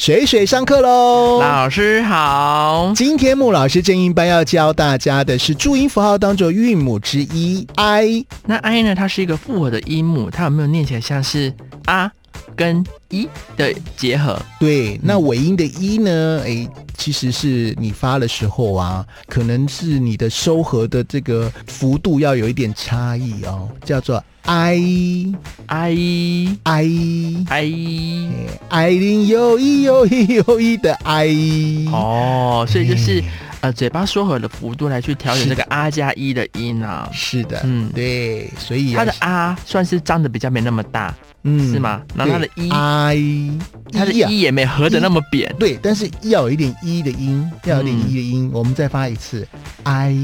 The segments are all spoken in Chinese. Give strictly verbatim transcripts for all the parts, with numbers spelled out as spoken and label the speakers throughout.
Speaker 1: 水水上课喽！
Speaker 2: 老师好。
Speaker 1: 今天穆老师正音班要教大家的是注音符号当中韵母之一 I。
Speaker 2: 那 I 呢，它是一个复合的音母，它有没有念起来像是啊跟一的结合？
Speaker 1: 对，那尾音的一呢，诶其实是你发的时候啊，可能是你的收合的这个幅度要有一点差异哦，叫做 I
Speaker 2: I
Speaker 1: I
Speaker 2: I
Speaker 1: I 零有一有一有一的 I
Speaker 2: 哦，所以就是呃嘴巴收合的幅度来去调整这个啊加一的音啊。
Speaker 1: 是的，嗯，对，所以
Speaker 2: 它的啊算是张的比较没那么大，嗯，是吗？然后它的一
Speaker 1: I
Speaker 2: 它的一也没合的那么扁，
Speaker 1: 对，但是要有一点一的音，要有点一的音，我们再发一次 I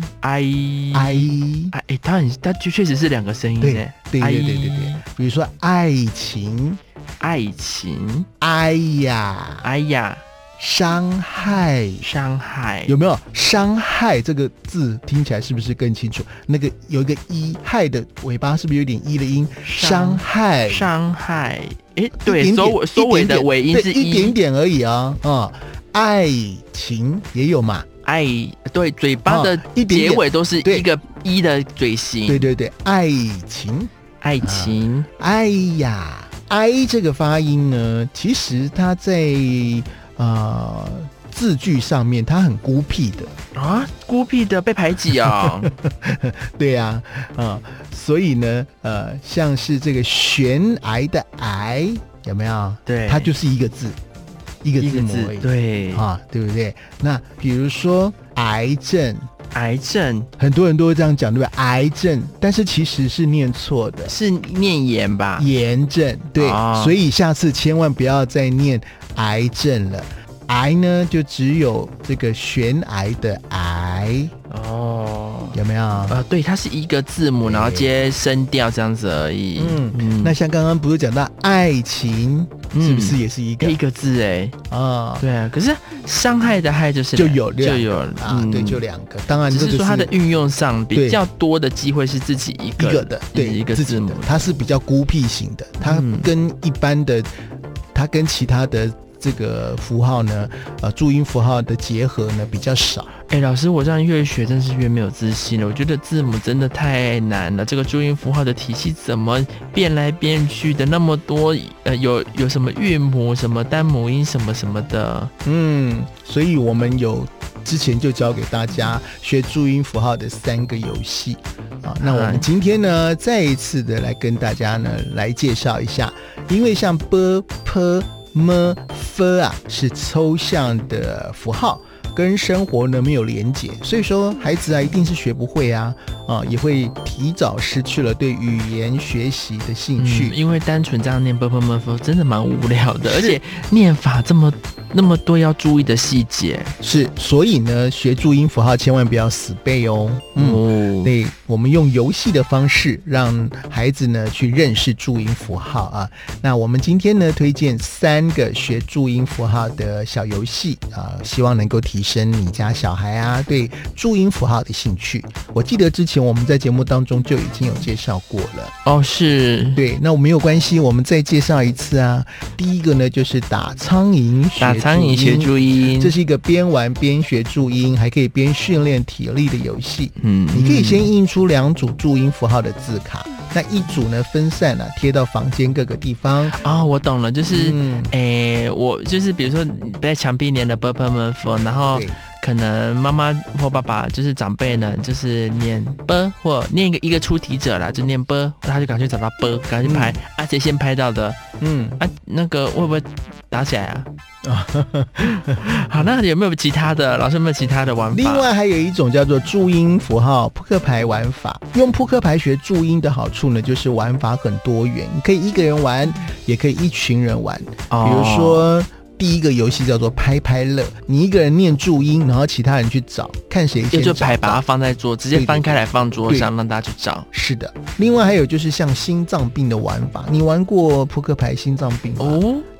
Speaker 2: I
Speaker 1: I
Speaker 2: 哎，它很它确实是两个声音，
Speaker 1: 对对对对对对，比如说爱情
Speaker 2: 爱情，
Speaker 1: 哎呀
Speaker 2: 哎呀，
Speaker 1: 伤害
Speaker 2: 伤害，
Speaker 1: 有没有伤害这个字听起来是不是更清楚？那个有一个一害的尾巴是不是有点一的音？伤害
Speaker 2: 伤害，哎，对，收尾收尾的尾音是
Speaker 1: 一点点而已啊、哦、啊、嗯，爱情也有嘛？
Speaker 2: 爱，对，嘴巴的结尾都是一个一的嘴型，
Speaker 1: 对对对，爱情
Speaker 2: 爱情、
Speaker 1: 啊、哎呀 I 这个发音呢，其实它在呃字句上面它很孤僻的
Speaker 2: 啊，孤僻的被排挤啊、哦、
Speaker 1: 对呀、啊，啊，所以呢呃像是这个悬崖的崖有没有？
Speaker 2: 对，
Speaker 1: 它就是一个字一个字母而已，
Speaker 2: 对
Speaker 1: 啊，对不对？那比如说癌症，
Speaker 2: 癌症，
Speaker 1: 很多人都会这样讲，对吧？癌症，但是其实是念错的，
Speaker 2: 是念炎吧？
Speaker 1: 炎症，对、哦，所以下次千万不要再念癌症了。癌呢，就只有这个悬崖的崖哦，有没有？
Speaker 2: 呃，对，它是一个字母，然后接声调这样子而已。
Speaker 1: 嗯嗯。那像刚刚不是讲到爱情，嗯、是不是也是一个
Speaker 2: 一个字？哎，
Speaker 1: 啊、哦，
Speaker 2: 对啊。可是伤害的害就是
Speaker 1: 就有
Speaker 2: 就有
Speaker 1: 啊、嗯，对，就两个。当然，
Speaker 2: 只是说它的运用上比较多的机会是自己一个
Speaker 1: 一个的，对，
Speaker 2: 一个字母，
Speaker 1: 它是比较孤僻型的，它跟一般的，它跟其他的。这个符号呢，呃，注音符号的结合呢比较少。
Speaker 2: 哎、欸，老师，我这样越学真是越没有自信了。我觉得字母真的太难了，这个注音符号的体系怎么变来变去的那么多？呃，有有什么韵母、什么单母音、什么什么的。
Speaker 1: 嗯，所以我们有之前就教给大家学注音符号的三个游戏啊。那我们今天呢，再一次的来跟大家呢来介绍一下，因为像 b p m f 啊是抽象的符号，跟生活呢没有连结，所以说孩子啊一定是学不会啊啊，也会提早失去了对语言学习的兴趣、
Speaker 2: 嗯、因为单纯这样念 b p m f 真的蛮无聊的，而且念法这么那么多要注意的细节，
Speaker 1: 是，所以呢学注音符号千万不要死背哦。嗯，对，我们用游戏的方式让孩子呢去认识注音符号啊。那我们今天呢推荐三个学注音符号的小游戏啊，希望能够提升你家小孩啊对注音符号的兴趣。我记得之前我们在节目当中就已经有介绍过了
Speaker 2: 哦，是，
Speaker 1: 对，那我没有关系，我们再介绍一次啊。第一个呢就是打苍蝇学
Speaker 2: 打苍蝇学注音，
Speaker 1: 这是一个边玩边学注音，还可以边训练体力的游戏。
Speaker 2: 嗯，
Speaker 1: 你可以先印出两组注音符号的字卡，那一组呢分散啊，贴到房间各个地方。
Speaker 2: 啊、哦，我懂了，就是，诶、嗯，我就是比如说在墙壁粘了 b p m f， 然后可能妈妈或爸爸就是长辈呢，就是念 b 或念一个一个出题者啦，就念 b， 他就赶快找到 b， 赶快去拍、嗯、啊，谁先拍到的，嗯啊，那个会不会打起来啊？好，那有没有其他的？老师有没有其他的玩法？
Speaker 1: 另外还有一种叫做注音符号扑克牌玩法。用扑克牌学注音的好处呢，就是玩法很多元，你可以一个人玩，也可以一群人玩。哦、比如说第一个游戏叫做拍拍乐，你一个人念注音，然后其他人去找，看谁先找到。
Speaker 2: 就牌把它放在桌，直接翻开来放桌上，让大家去找。
Speaker 1: 是的。另外还有就是像心脏病的玩法，你玩过扑克牌心脏病吗？哦，对。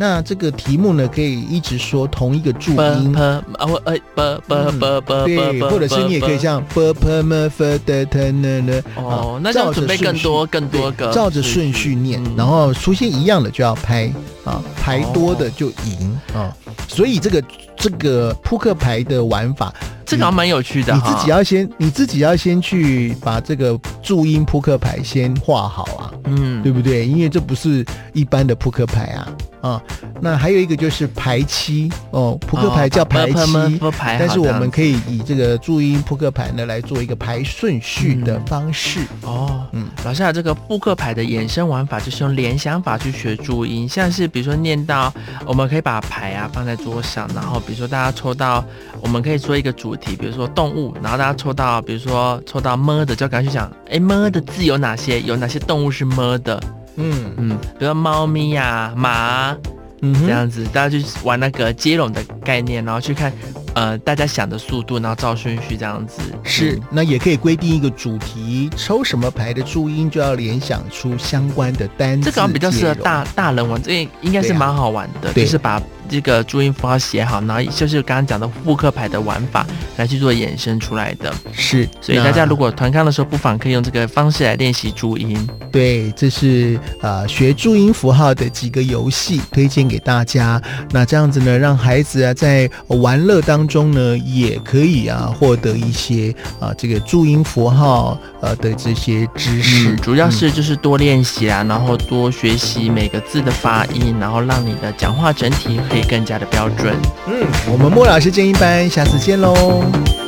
Speaker 1: 那这个题目呢，可以一直说同一个注音，
Speaker 2: 呃呃呃呃呃
Speaker 1: 对，或者是你也可以像 b p m f d t n n
Speaker 2: 哦，那要准备更多更多个，
Speaker 1: 照着顺序念，然后出现一样的就要拍啊，排多的就赢啊。所以这个这个扑克牌的玩法，
Speaker 2: 这个还蛮有趣的。
Speaker 1: 你自己要先你自己要先去把这个注音扑克牌先画好啊，嗯，对不对？因为这不是一般的扑克牌啊。啊，那还有一个就是排七哦，扑克牌叫排七，
Speaker 2: 哦、
Speaker 1: 但是我们可以以这个注音扑克牌呢来做一个排顺序的方式。
Speaker 2: 嗯、哦，嗯，老师啊，这个扑克牌的衍生玩法就是用联想法去学注音，像是比如说念到，我们可以把牌啊放在桌上，然后比如说大家抽到，我们可以做一个主题，比如说动物，然后大家抽到，比如说抽到么的，就赶快去想，哎，么的字有哪些？有哪些动物是么的？嗯嗯，比如说猫咪呀、啊、马、啊，嗯，这样子，大家去玩那个接龙的概念，然后去看，呃，大家想的速度，然后照顺序这样子。
Speaker 1: 是，嗯、那也可以规定一个主题，抽什么牌的注音就要联想出相关的单字。
Speaker 2: 这个比较适合大大人玩，这应该是蛮好玩的，就是把这个注音符号写好，然后就是刚刚讲的扑克牌的玩法来去做衍生出来的。
Speaker 1: 是，
Speaker 2: 所以大家如果团康的时候，不妨可以用这个方式来练习注音。
Speaker 1: 对，这是呃学注音符号的几个游戏推荐给大家。那这样子呢，让孩子啊在玩乐当中呢，也可以啊获得一些啊这个注音符号呃的这些知识。
Speaker 2: 嗯、主要是就是多练习啊，然后多学习每个字的发音，然后让你的讲话整体可以更加的标准。
Speaker 1: 嗯，我们莫老师建议班，下次见喽。